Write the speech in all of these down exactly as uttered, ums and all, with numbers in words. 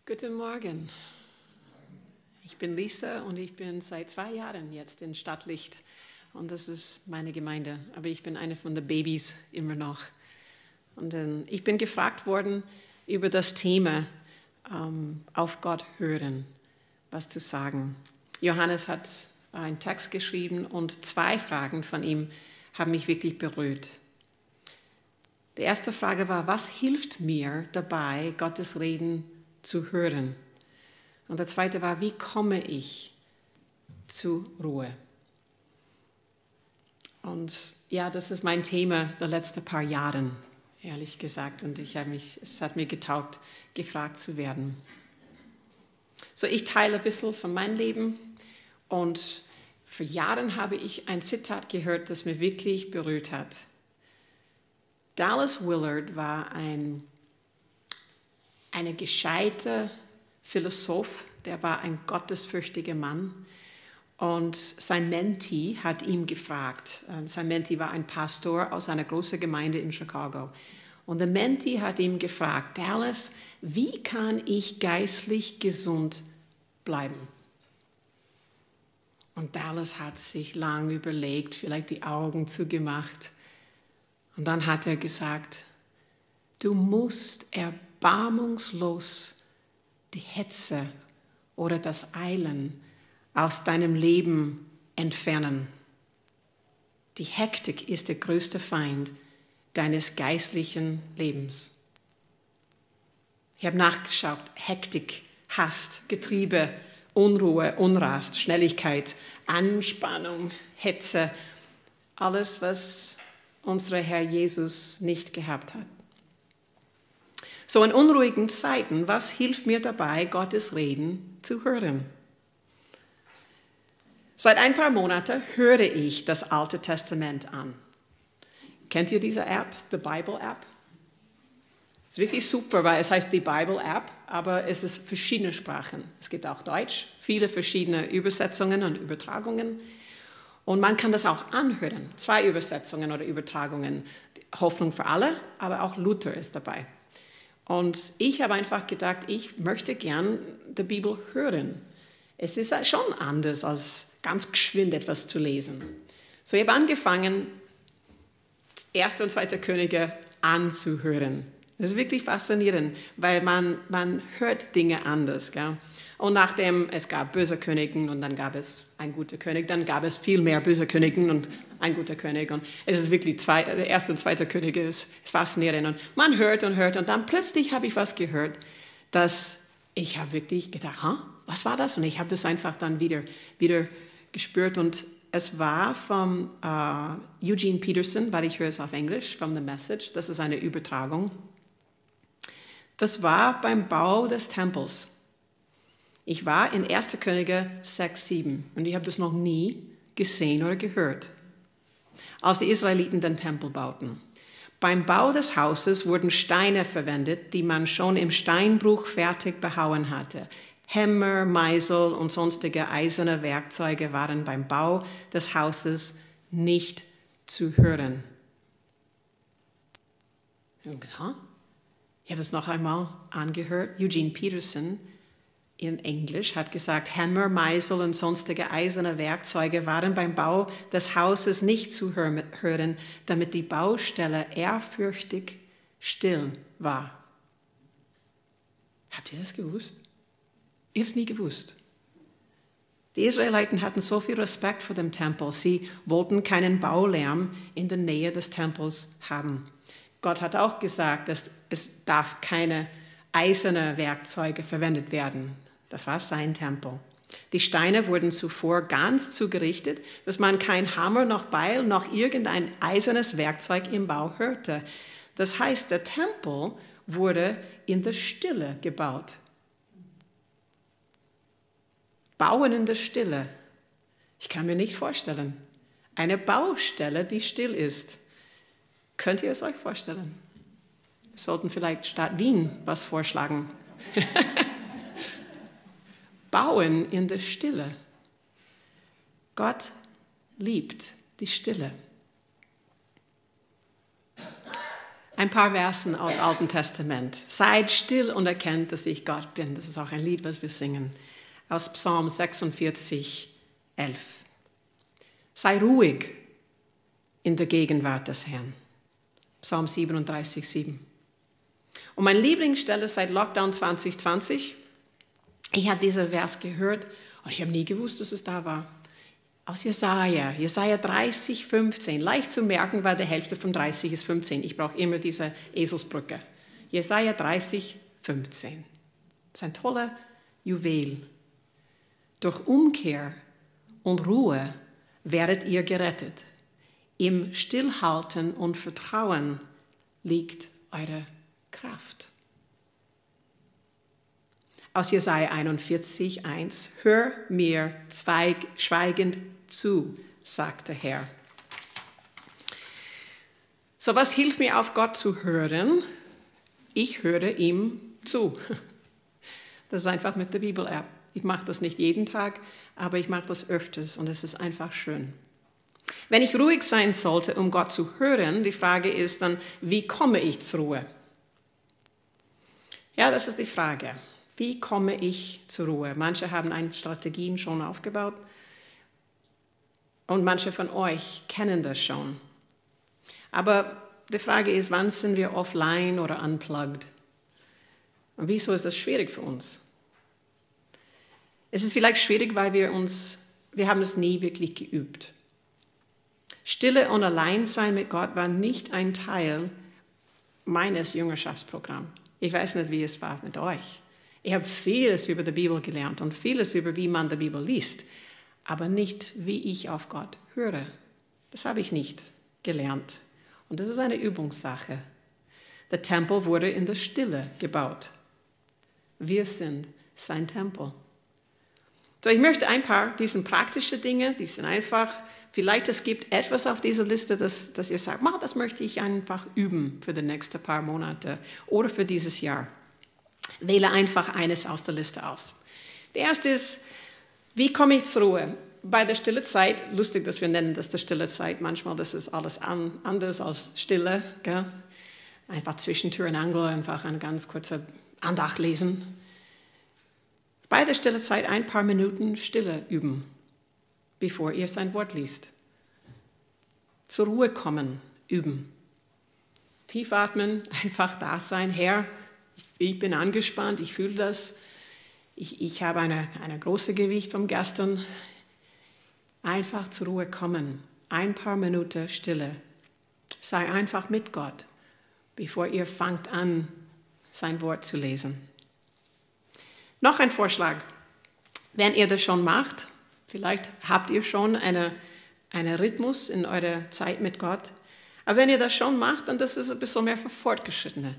Guten Morgen. Ich bin Lisa und ich bin seit zwei Jahren jetzt in Stadtlicht und das ist meine Gemeinde. Aber ich bin eine von den Babys immer noch. Und ähm, ich bin gefragt worden über das Thema ähm, auf Gott hören, was zu sagen. Johannes hat einen Text geschrieben und zwei Fragen von ihm haben mich wirklich berührt. Die erste Frage war, was hilft mir dabei, Gottes Reden zu hören? Und der zweite war, wie komme ich zur Ruhe? Und ja, das ist mein Thema der letzten paar Jahre, ehrlich gesagt. Und ich habe mich, es hat mir getaugt, gefragt zu werden. So, ich teile ein bisschen von meinem Leben. Und vor Jahren habe ich ein Zitat gehört, das mich wirklich berührt hat. Dallas Willard war ein Ein gescheiter Philosoph, der war ein gottesfürchtiger Mann und sein Mentee hat ihn gefragt. Sein Mentee war ein Pastor aus einer großen Gemeinde in Chicago. Und der Mentee hat ihn gefragt, Dallas, wie kann ich geistlich gesund bleiben? Und Dallas hat sich lang überlegt, vielleicht die Augen zugemacht. Und dann hat er gesagt, du musst erbarmen, erbarmungslos die Hetze oder das Eilen aus deinem Leben entfernen. Die Hektik ist der größte Feind deines geistlichen Lebens. Ich habe nachgeschaut, Hektik, Hast, Getriebe, Unruhe, Unrast, Schnelligkeit, Anspannung, Hetze, alles, was unser Herr Jesus nicht gehabt hat. So in unruhigen Zeiten, was hilft mir dabei, Gottes Reden zu hören? Seit ein paar Monaten höre ich das Alte Testament an. Kennt ihr diese App, the Bible App? Es ist wirklich super, weil es heißt die Bible App, aber es ist verschiedene Sprachen. Es gibt auch Deutsch, viele verschiedene Übersetzungen und Übertragungen. Und man kann das auch anhören, zwei Übersetzungen oder Übertragungen. Hoffnung für alle, aber auch Luther ist dabei. Und ich habe einfach gedacht, ich möchte gern die Bibel hören. Es ist schon anders, als ganz geschwind etwas zu lesen. So, ich habe angefangen, Erste und Zweite Könige anzuhören. Das ist wirklich faszinierend, weil man, man hört Dinge anders. Gell? Und nachdem es gab böse Königen und dann gab es ein guter König, dann gab es viel mehr böse Königen und ein guter König. Und es ist wirklich, zwei, der erste und zweite König ist, ist faszinierend. Und man hört und hört und dann plötzlich habe ich was gehört, dass ich habe wirklich gedacht, huh, was war das? Und ich habe das einfach dann wieder, wieder gespürt. Und es war von uh, Eugene Peterson, weil ich höre es auf Englisch, from The Message. Das ist eine Übertragung. Das war beim Bau des Tempels. Ich war in Erste Könige sechs, sieben und ich habe das noch nie gesehen oder gehört. Als die Israeliten den Tempel bauten. Beim Bau des Hauses wurden Steine verwendet, die man schon im Steinbruch fertig behauen hatte. Hämmer, Meißel und sonstige eiserne Werkzeuge waren beim Bau des Hauses nicht zu hören. Ich habe es noch einmal angehört. Eugene Peterson in Englisch hat gesagt, Hämmer, Meißel und sonstige eiserne Werkzeuge waren beim Bau des Hauses nicht zu hören, damit die Baustelle ehrfürchtig still war. Habt ihr das gewusst? Ich habe es nie gewusst. Die Israeliten hatten so viel Respekt vor dem Tempel. Sie wollten keinen Baulärm in der Nähe des Tempels haben. Gott hat auch gesagt, dass es darf keine eiserne Werkzeuge verwendet werden. Das war sein Tempel. Die Steine wurden zuvor ganz zugerichtet, dass man kein Hammer noch Beil noch irgendein eisernes Werkzeug im Bau hörte. Das heißt, der Tempel wurde in der Stille gebaut. Bauen in der Stille. Ich kann mir nicht vorstellen. Eine Baustelle, die still ist. Könnt ihr es euch vorstellen? Wir sollten vielleicht Stadt Wien was vorschlagen. Bauen in der Stille. Gott liebt die Stille. Ein paar Versen aus dem Alten Testament. Seid still und erkennt, dass ich Gott bin. Das ist auch ein Lied, was wir singen. Aus Psalm sechsundvierzig, elf. Sei ruhig in der Gegenwart des Herrn. Psalm siebenunddreißig, sieben. Und meine Lieblingsstelle seit Lockdown zwanzig zwanzig, ich habe diesen Vers gehört und ich habe nie gewusst, dass es da war. Aus Jesaja, Jesaja dreißig, fünfzehn. Leicht zu merken, weil die Hälfte von dreißig ist fünfzehn. Ich brauche immer diese Eselsbrücke. Jesaja dreißig, fünfzehn. Das ist ein toller Juwel. Durch Umkehr und Ruhe werdet ihr gerettet. Im Stillhalten und Vertrauen liegt eure Kraft. Aus Jesaja einundvierzig, eins. Hör mir schweigend zu, sagt der Herr. So, was hilft mir, auf Gott zu hören? Ich höre ihm zu. Das ist einfach mit der Bibel-App. Ich mache das nicht jeden Tag, aber ich mache das öfters und es ist einfach schön. Wenn ich ruhig sein sollte, um Gott zu hören, die Frage ist dann, wie komme ich zur Ruhe? Ja, das ist die Frage. Wie komme ich zur Ruhe? Manche haben eine Strategien schon aufgebaut und manche von euch kennen das schon. Aber die Frage ist, wann sind wir offline oder unplugged? Und wieso ist das schwierig für uns? Es ist vielleicht schwierig, weil wir uns, wir haben es nie wirklich geübt. Stille und Alleinsein mit Gott war nicht ein Teil meines Jüngerschaftsprogramms. Ich weiß nicht, wie es war mit euch. Ich habe vieles über die Bibel gelernt und vieles über, wie man die Bibel liest, aber nicht, wie ich auf Gott höre. Das habe ich nicht gelernt. Und das ist eine Übungssache. Der Tempel wurde in der Stille gebaut. Wir sind sein Tempel. So, ich möchte ein paar dieser praktischen Dinge, die sind einfach, vielleicht es gibt etwas auf dieser Liste, das, das ihr sagt, das möchte ich einfach üben für die nächsten paar Monate oder für dieses Jahr. Wähle einfach eines aus der Liste aus. Der erste ist, wie komme ich zur Ruhe? Bei der stille Zeit, lustig, dass wir nennen das die stille Zeit, manchmal das ist alles an, anders als Stille. Gell? Einfach zwischen Tür und Angel, einfach eine ganz kurze Andacht lesen. Bei der stille Zeit ein paar Minuten Stille üben, bevor ihr sein Wort liest. Zur Ruhe kommen, üben. Tief atmen, einfach da sein. Herr, ich bin angespannt, ich fühle das. Ich, ich habe eine, eine große Gewicht vom gestern. Einfach zur Ruhe kommen. Ein paar Minuten Stille. Sei einfach mit Gott, bevor ihr fangt an, sein Wort zu lesen. Noch ein Vorschlag. Wenn ihr das schon macht, vielleicht habt ihr schon eine, einen Rhythmus in eurer Zeit mit Gott. Aber wenn ihr das schon macht, dann das ist ein bisschen mehr für Fortgeschrittene.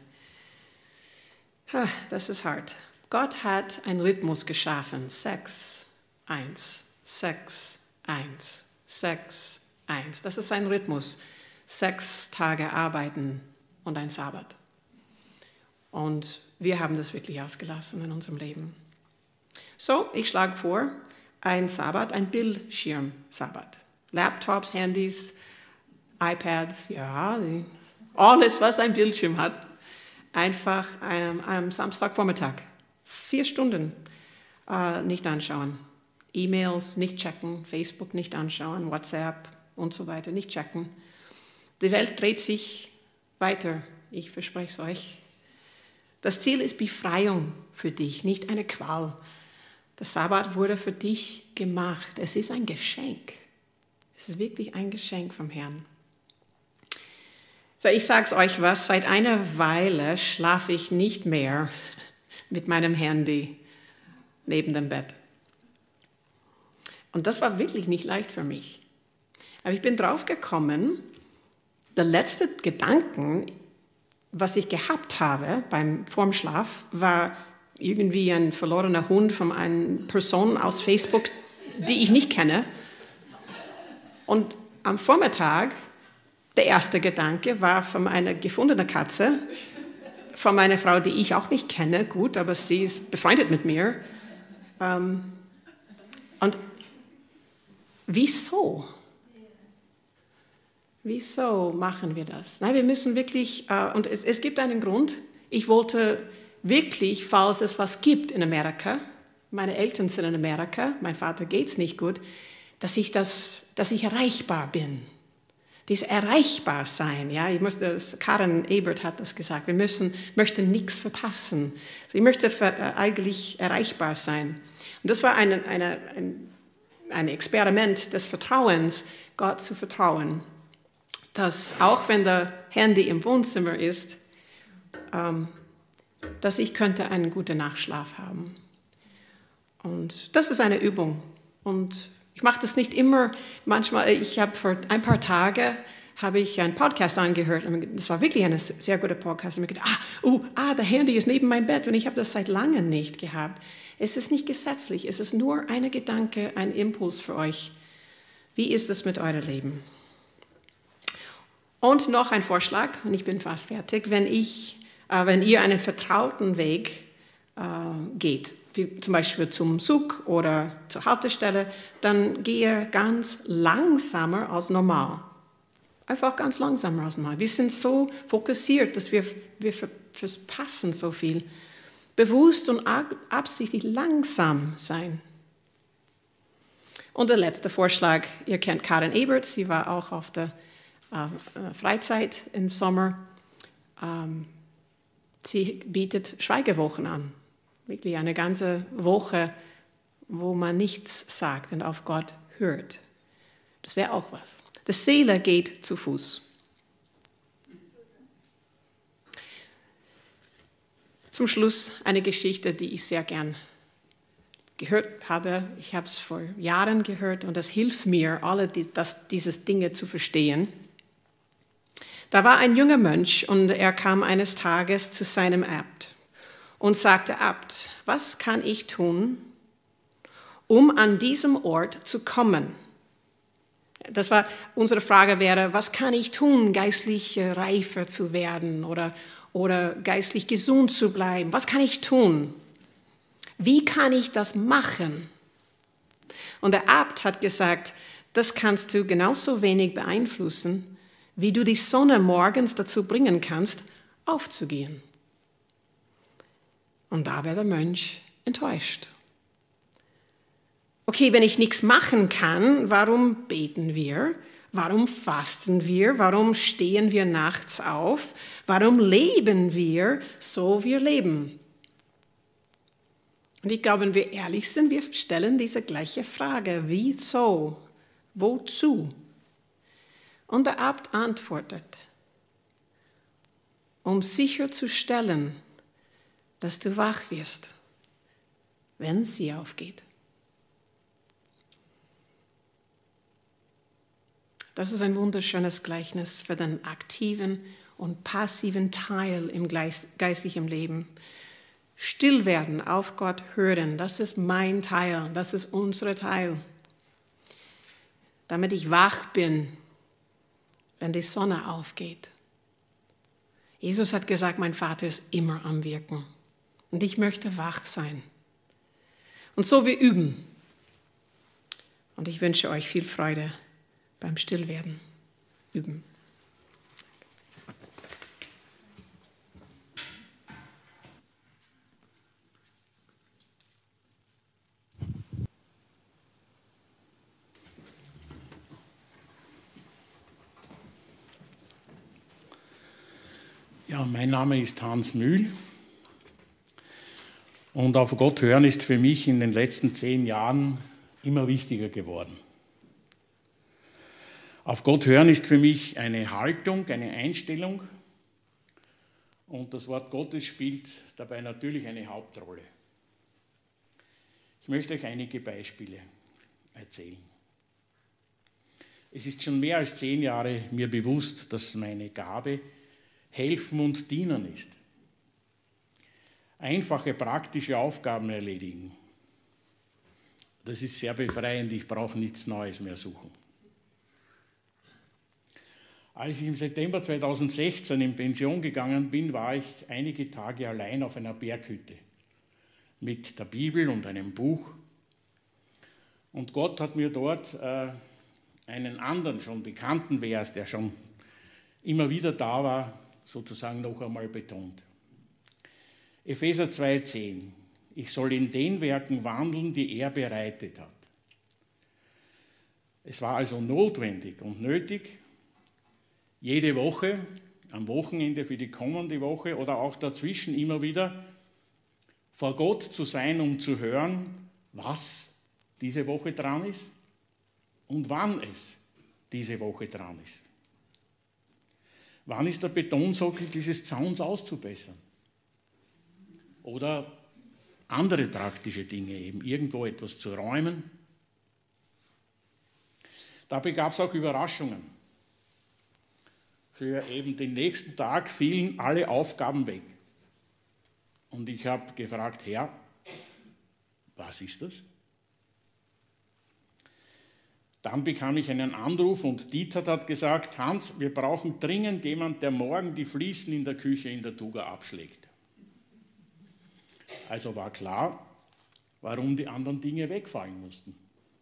Das ist hart. Gott hat einen Rhythmus geschaffen. Sechs, eins, sechs, eins, sechs, eins. Das ist ein Rhythmus. Sechs Tage arbeiten und ein Sabbat. Und wir haben das wirklich ausgelassen in unserem Leben. So, ich schlage vor, ein Sabbat, ein Bildschirm-Sabbat. Laptops, Handys, iPads, ja, alles, was ein Bildschirm hat. Einfach am, am Samstagvormittag, vier Stunden äh, nicht anschauen. E-Mails nicht checken, Facebook nicht anschauen, WhatsApp und so weiter nicht checken. Die Welt dreht sich weiter, ich verspreche es euch. Das Ziel ist Befreiung für dich, nicht eine Qual. Der Sabbat wurde für dich gemacht. Es ist ein Geschenk. Es ist wirklich ein Geschenk vom Herrn. So, ich sage es euch was, seit einer Weile schlafe ich nicht mehr mit meinem Handy neben dem Bett. Und das war wirklich nicht leicht für mich. Aber ich bin drauf gekommen, der letzte Gedanken, was ich gehabt habe beim vorm Schlaf, war irgendwie ein verlorener Hund von einer Person aus Facebook, die ich nicht kenne. Und am Vormittag, der erste Gedanke war von einer gefundenen Katze, von meiner Frau, die ich auch nicht kenne, gut, aber sie ist befreundet mit mir. Und wieso? Wieso machen wir das? Nein, wir müssen wirklich, äh, und es, es gibt einen Grund. Ich wollte wirklich, falls es was gibt in Amerika, meine Eltern sind in Amerika, mein Vater geht es nicht gut, dass ich, das, dass ich erreichbar bin. Dieses erreichbar sein, ja, ich muss das, Karen Ebert hat das gesagt, wir müssen, möchten nichts verpassen. Also ich möchte für, äh, eigentlich erreichbar sein. Und das war eine, eine, ein, ein Experiment des Vertrauens, Gott zu vertrauen, dass auch wenn der Handy im Wohnzimmer ist, ähm, dass ich könnte einen guten Nachschlaf haben. Und das ist eine Übung. Und ich mache das nicht immer. Manchmal, ich habe vor ein paar Tagen habe ich einen Podcast angehört. Und das war wirklich ein sehr guter Podcast. Und ich habe gedacht, ah, oh, ah, der Handy ist neben meinem Bett und ich habe das seit langem nicht gehabt. Es ist nicht gesetzlich. Es ist nur ein Gedanke, ein Impuls für euch. Wie ist es mit eurem Leben? Und noch ein Vorschlag, und ich bin fast fertig, wenn, ich, äh, wenn ihr einen vertrauten Weg äh, geht, wie zum Beispiel zum Zug oder zur Haltestelle, dann gehe ganz langsamer als normal. Einfach ganz langsamer als normal. Wir sind so fokussiert, dass wir, wir verpassen so viel. Bewusst und absichtlich langsam sein. Und der letzte Vorschlag, ihr kennt Karen Ebert, sie war auch auf der äh, Freizeit im Sommer. Ähm, sie bietet Schweigewochen an. Wirklich eine ganze Woche, wo man nichts sagt und auf Gott hört. Das wäre auch was. Die Seele geht zu Fuß. Zum Schluss eine Geschichte, die ich sehr gern gehört habe. Ich habe es vor Jahren gehört und das hilft mir, alle die, das, dieses Dinge zu verstehen. Da war ein junger Mönch und er kam eines Tages zu seinem Abt und sagte, Abt, was kann ich tun, um an diesem Ort zu kommen? Das war, unsere Frage wäre, was kann ich tun, geistlich reifer zu werden oder, oder geistlich gesund zu bleiben? Was kann ich tun? Wie kann ich das machen? Und der Abt hat gesagt, das kannst du genauso wenig beeinflussen, wie du die Sonne morgens dazu bringen kannst, aufzugehen. Und da wäre der Mönch enttäuscht. Okay, wenn ich nichts machen kann, warum beten wir? Warum fasten wir? Warum stehen wir nachts auf? Warum leben wir so, wie wir leben? Und ich glaube, wenn wir ehrlich sind, wir stellen diese gleiche Frage. Wieso? Wozu? Und der Abt antwortet, um sicherzustellen, dass du wach wirst, wenn sie aufgeht. Das ist ein wunderschönes Gleichnis für den aktiven und passiven Teil im geistlichen Leben. Still werden, auf Gott hören, das ist mein Teil, das ist unser Teil. Damit ich wach bin, wenn die Sonne aufgeht. Jesus hat gesagt, mein Vater ist immer am Wirken und ich möchte wach sein. Und so wir üben. Und ich wünsche euch viel Freude beim Stillwerden, üben. Ja, mein Name ist Hans Mühl und auf Gott hören ist für mich in den letzten zehn Jahren immer wichtiger geworden. Auf Gott hören ist für mich eine Haltung, eine Einstellung und das Wort Gottes spielt dabei natürlich eine Hauptrolle. Ich möchte euch einige Beispiele erzählen. Es ist schon mehr als zehn Jahre mir bewusst, dass meine Gabe helfen und dienen ist. Einfache, praktische Aufgaben erledigen. Das ist sehr befreiend, ich brauche nichts Neues mehr suchen. Als ich im September zweitausendsechzehn in Pension gegangen bin, war ich einige Tage allein auf einer Berghütte mit der Bibel und einem Buch. Und Gott hat mir dort äh, einen anderen, schon bekannten Vers, der schon immer wieder da war, sozusagen noch einmal betont. Epheser zwei zehn. Ich soll in den Werken wandeln, die er bereitet hat. Es war also notwendig und nötig, jede Woche, am Wochenende für die kommende Woche oder auch dazwischen immer wieder vor Gott zu sein, um zu hören, was diese Woche dran ist und wann es diese Woche dran ist. Wann ist der Betonsockel dieses Zauns auszubessern? Oder andere praktische Dinge, eben irgendwo etwas zu räumen. Dabei gab es auch Überraschungen. Für eben den nächsten Tag fielen alle Aufgaben weg. Und ich habe gefragt, Herr, was ist das? Dann bekam ich einen Anruf und Dieter hat gesagt, Hans, wir brauchen dringend jemanden, der morgen die Fliesen in der Küche in der Tuga abschlägt. Also war klar, warum die anderen Dinge wegfallen mussten.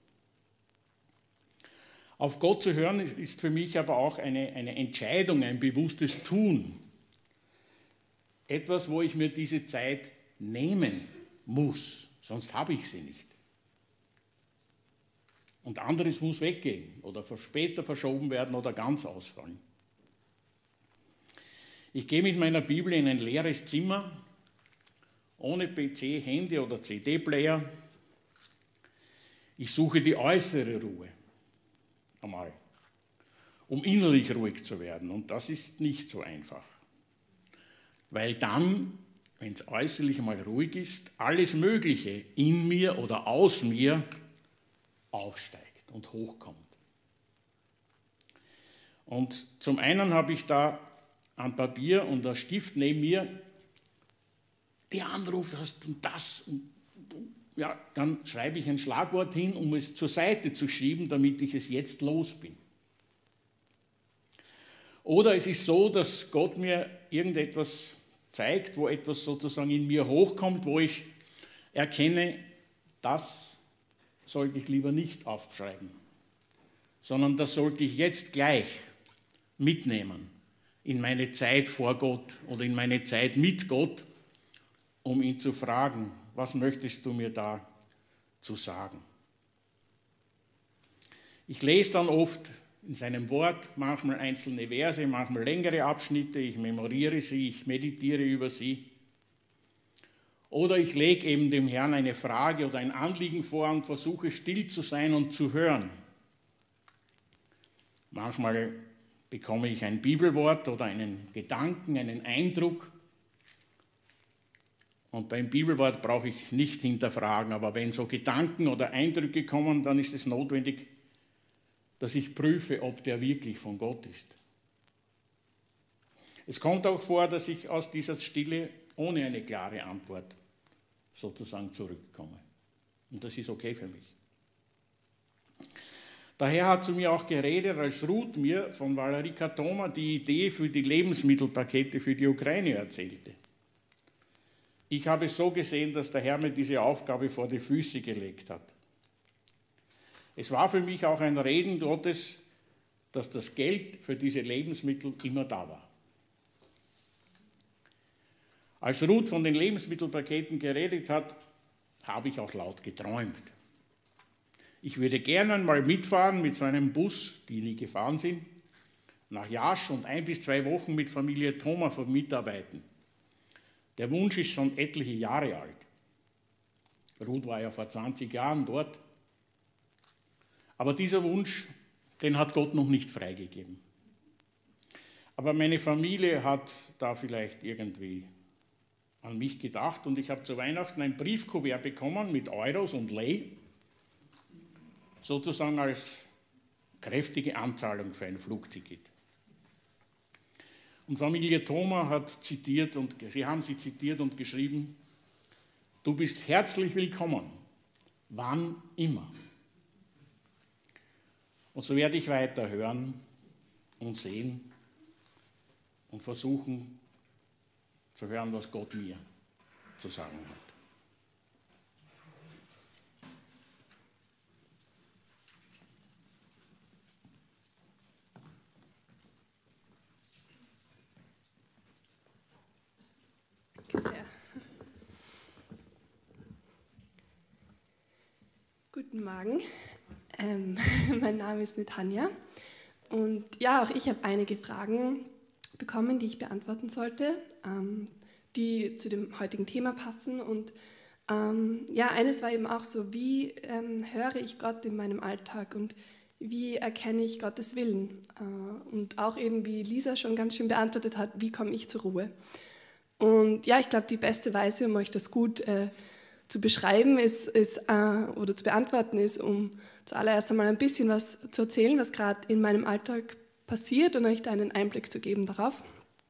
Auf Gott zu hören ist für mich aber auch eine, eine Entscheidung, ein bewusstes Tun. Etwas, wo ich mir diese Zeit nehmen muss, sonst habe ich sie nicht. Und anderes muss weggehen oder später verschoben werden oder ganz ausfallen. Ich gehe mit meiner Bibel in ein leeres Zimmer, ohne P C, Handy oder C D-Player. Ich suche die äußere Ruhe, einmal, um innerlich ruhig zu werden. Und das ist nicht so einfach. Weil dann, wenn es äußerlich mal ruhig ist, alles Mögliche in mir oder aus mir aufsteigt und hochkommt. Und zum einen habe ich da ein Papier und ein Stift neben mir, die Anrufe hast und das. Und ja, dann schreibe ich ein Schlagwort hin, um es zur Seite zu schieben, damit ich es jetzt los bin. Oder es ist so, dass Gott mir irgendetwas zeigt, wo etwas sozusagen in mir hochkommt, wo ich erkenne, das sollte ich lieber nicht aufschreiben, sondern das sollte ich jetzt gleich mitnehmen in meine Zeit vor Gott oder in meine Zeit mit Gott, um ihn zu fragen, was möchtest du mir da zu sagen? Ich lese dann oft in seinem Wort manchmal einzelne Verse, manchmal längere Abschnitte, ich memoriere sie, ich meditiere über sie. Oder ich lege eben dem Herrn eine Frage oder ein Anliegen vor und versuche still zu sein und zu hören. Manchmal bekomme ich ein Bibelwort oder einen Gedanken, einen Eindruck. Und beim Bibelwort brauche ich nicht hinterfragen, aber wenn so Gedanken oder Eindrücke kommen, dann ist es notwendig, dass ich prüfe, ob der wirklich von Gott ist. Es kommt auch vor, dass ich aus dieser Stille ohne eine klare Antwort sozusagen zurückkomme. Und das ist okay für mich. Der Herr hat zu mir auch geredet, als Ruth mir von Valerie Katoma die Idee für die Lebensmittelpakete für die Ukraine erzählte. Ich habe es so gesehen, dass der Herr mir diese Aufgabe vor die Füße gelegt hat. Es war für mich auch ein Reden Gottes, dass das Geld für diese Lebensmittel immer da war. Als Ruth von den Lebensmittelpaketen geredet hat, habe ich auch laut geträumt. Ich würde gerne einmal mitfahren mit so einem Bus, die nie gefahren sind, nach Jasch und ein bis zwei Wochen mit Familie Thoma mitarbeiten. Der Wunsch ist schon etliche Jahre alt. Ruth war ja vor zwanzig Jahren dort. Aber dieser Wunsch, den hat Gott noch nicht freigegeben. Aber meine Familie hat da vielleicht irgendwie an mich gedacht und ich habe zu Weihnachten ein Briefkuvert bekommen mit Euros und Lei, sozusagen als kräftige Anzahlung für ein Flugticket. Und Familie Thoma hat zitiert und sie haben sie zitiert und geschrieben: Du bist herzlich willkommen, wann immer. Und so werde ich weiter hören und sehen und versuchen zu hören, was Gott mir zu sagen hat. Guten Morgen, ähm, mein Name ist Netanja und ja, auch ich habe einige Fragen bekommen, die ich beantworten sollte, ähm, die zu dem heutigen Thema passen. Und ähm, ja, eines war eben auch so, wie ähm, höre ich Gott in meinem Alltag und wie erkenne ich Gottes Willen? Äh, und auch eben, wie Lisa schon ganz schön beantwortet hat, wie komme ich zur Ruhe? Und ja, ich glaube, die beste Weise, um euch das gut äh, zu beschreiben ist, ist äh, oder zu beantworten ist, um zuallererst einmal ein bisschen was zu erzählen, was gerade in meinem Alltag passiert und euch da einen Einblick zu geben darauf.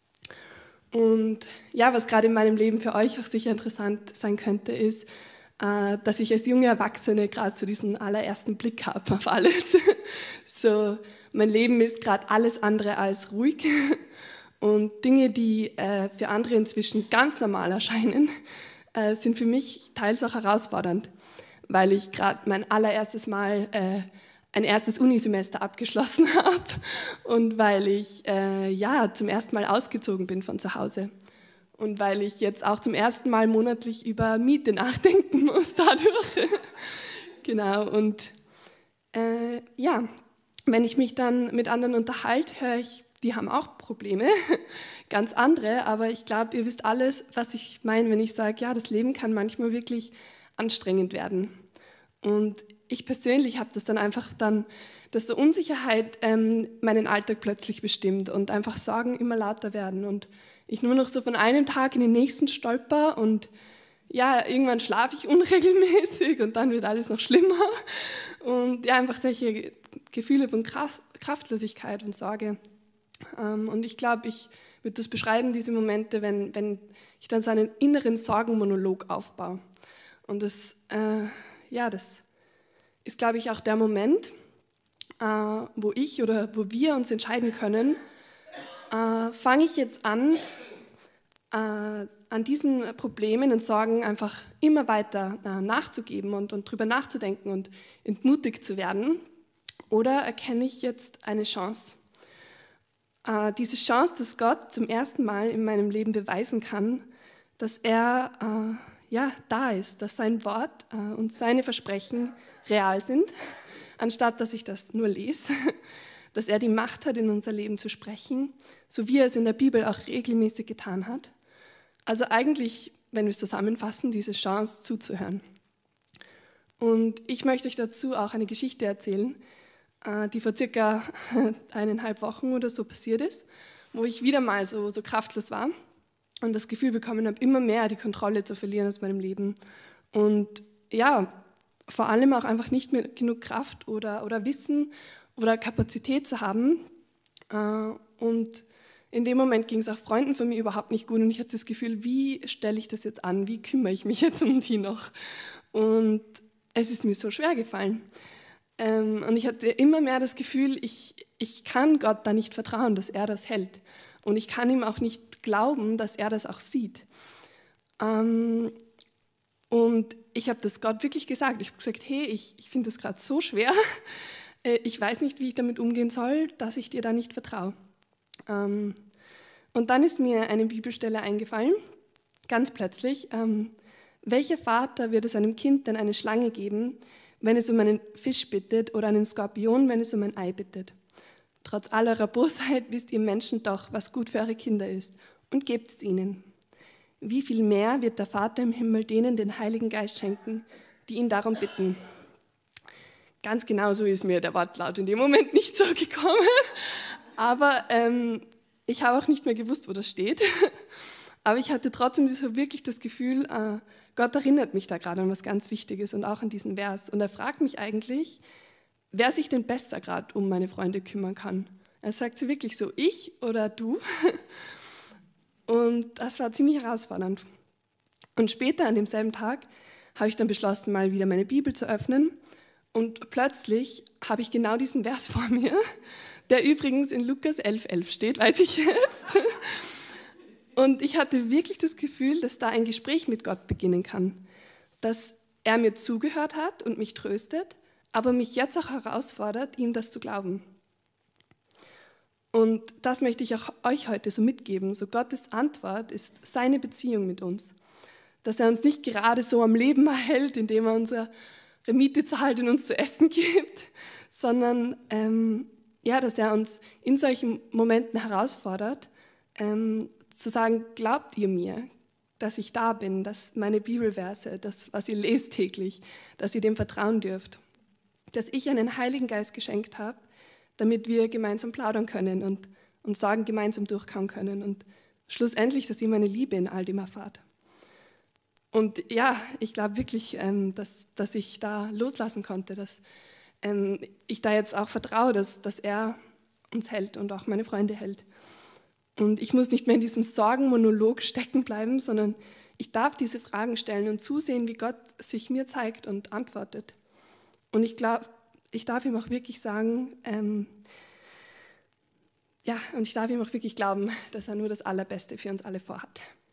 Und ja, was gerade in meinem Leben für euch auch sicher interessant sein könnte, ist, äh, dass ich als junge Erwachsene gerade so diesen allerersten Blick habe auf alles. So, mein Leben ist gerade alles andere als ruhig. Und Dinge, die äh, für andere inzwischen ganz normal erscheinen, äh, sind für mich teils auch herausfordernd, weil ich gerade mein allererstes Mal äh, ein erstes Unisemester abgeschlossen habe und weil ich äh, ja, zum ersten Mal ausgezogen bin von zu Hause und weil ich jetzt auch zum ersten Mal monatlich über Miete nachdenken muss dadurch. Genau, und äh, ja, wenn ich mich dann mit anderen unterhalte, höre ich, die haben auch Probleme, ganz andere, aber ich glaube, ihr wisst alles, was ich meine, wenn ich sage, ja, das Leben kann manchmal wirklich anstrengend werden. Und ich persönlich habe das dann einfach dann, dass so Unsicherheit ähm, meinen Alltag plötzlich bestimmt und einfach Sorgen immer lauter werden und ich nur noch so von einem Tag in den nächsten stolper und ja, irgendwann schlafe ich unregelmäßig und dann wird alles noch schlimmer und ja, einfach solche Gefühle von Kraft, Kraftlosigkeit und Sorge. Und ich glaube, ich würde das beschreiben, diese Momente, wenn, wenn ich dann so einen inneren Sorgenmonolog aufbaue. Und das, äh, ja, das ist, glaube ich, auch der Moment, äh, wo ich oder wo wir uns entscheiden können, äh, fange ich jetzt an, äh, an diesen Problemen und Sorgen einfach immer weiter äh, nachzugeben und, und drüber nachzudenken und entmutigt zu werden, oder erkenne ich jetzt eine Chance? Äh, diese Chance, dass Gott zum ersten Mal in meinem Leben beweisen kann, dass er äh, ja, da ist, dass sein Wort äh, und seine Versprechen real sind, anstatt dass ich das nur lese, dass er die Macht hat, in unser Leben zu sprechen, so wie er es in der Bibel auch regelmäßig getan hat. Also eigentlich, wenn wir es zusammenfassen, diese Chance zuzuhören. Und ich möchte euch dazu auch eine Geschichte erzählen, die vor circa eineinhalb Wochen oder so passiert ist, wo ich wieder mal so, so kraftlos war und das Gefühl bekommen habe, immer mehr die Kontrolle zu verlieren aus meinem Leben. Und ja, vor allem auch einfach nicht mehr genug Kraft oder, oder Wissen oder Kapazität zu haben. Und in dem Moment ging es auch Freunden von mir überhaupt nicht gut und ich hatte das Gefühl, wie stelle ich das jetzt an, wie kümmere ich mich jetzt um die noch? Und es ist mir so schwer gefallen. Ähm, und ich hatte immer mehr das Gefühl, ich, ich kann Gott da nicht vertrauen, dass er das hält. Und ich kann ihm auch nicht glauben, dass er das auch sieht. Ähm, und ich habe das Gott wirklich gesagt. Ich habe gesagt, hey, ich, ich finde das gerade so schwer. Ich weiß nicht, wie ich damit umgehen soll, dass ich dir da nicht vertraue. Ähm, und dann ist mir eine Bibelstelle eingefallen, ganz plötzlich. Ähm, welcher Vater wird es einem Kind denn eine Schlange geben, wenn es um einen Fisch bittet, oder einen Skorpion, wenn es um ein Ei bittet? Trotz aller Bosheit wisst ihr Menschen doch, was gut für eure Kinder ist, und gebt es ihnen. Wie viel mehr wird der Vater im Himmel denen den Heiligen Geist schenken, die ihn darum bitten? Ganz genau so ist mir der Wortlaut in dem Moment nicht so gekommen, aber ähm, ich habe auch nicht mehr gewusst, wo das steht. Aber ich hatte trotzdem so wirklich das Gefühl, äh, Gott erinnert mich da gerade an was ganz Wichtiges und auch an diesen Vers. Und er fragt mich eigentlich, wer sich denn besser gerade um meine Freunde kümmern kann. Er sagt so wirklich so, ich oder du? Und das war ziemlich herausfordernd. Und später an demselben Tag habe ich dann beschlossen, mal wieder meine Bibel zu öffnen. Und plötzlich habe ich genau diesen Vers vor mir, der übrigens in Lukas elf elf steht, weiß ich jetzt. Und ich hatte wirklich das Gefühl, dass da ein Gespräch mit Gott beginnen kann, dass er mir zugehört hat und mich tröstet, aber mich jetzt auch herausfordert, ihm das zu glauben. Und das möchte ich auch euch heute so mitgeben. So Gottes Antwort ist seine Beziehung mit uns. Dass er uns nicht gerade so am Leben erhält, indem er unser Miete zahlt und uns zu essen gibt, sondern ähm, ja, dass er uns in solchen Momenten herausfordert, ähm, zu sagen, glaubt ihr mir, dass ich da bin, dass meine Bibelverse, das, was ihr lest täglich, dass ihr dem vertrauen dürft, dass ich einen Heiligen Geist geschenkt habe, damit wir gemeinsam plaudern können und, und Sorgen gemeinsam durchkauen können und schlussendlich, dass ihr meine Liebe in all dem erfahrt. Und ja, ich glaube wirklich, ähm, dass, dass ich da loslassen konnte, dass ähm, ich da jetzt auch vertraue, dass, dass er uns hält und auch meine Freunde hält. Und ich muss nicht mehr in diesem Sorgenmonolog stecken bleiben, sondern ich darf diese Fragen stellen und zusehen, wie Gott sich mir zeigt und antwortet. Und ich glaube, ich darf ihm auch wirklich sagen, ähm, ja, und ich darf ihm auch wirklich glauben, dass er nur das Allerbeste für uns alle vorhat.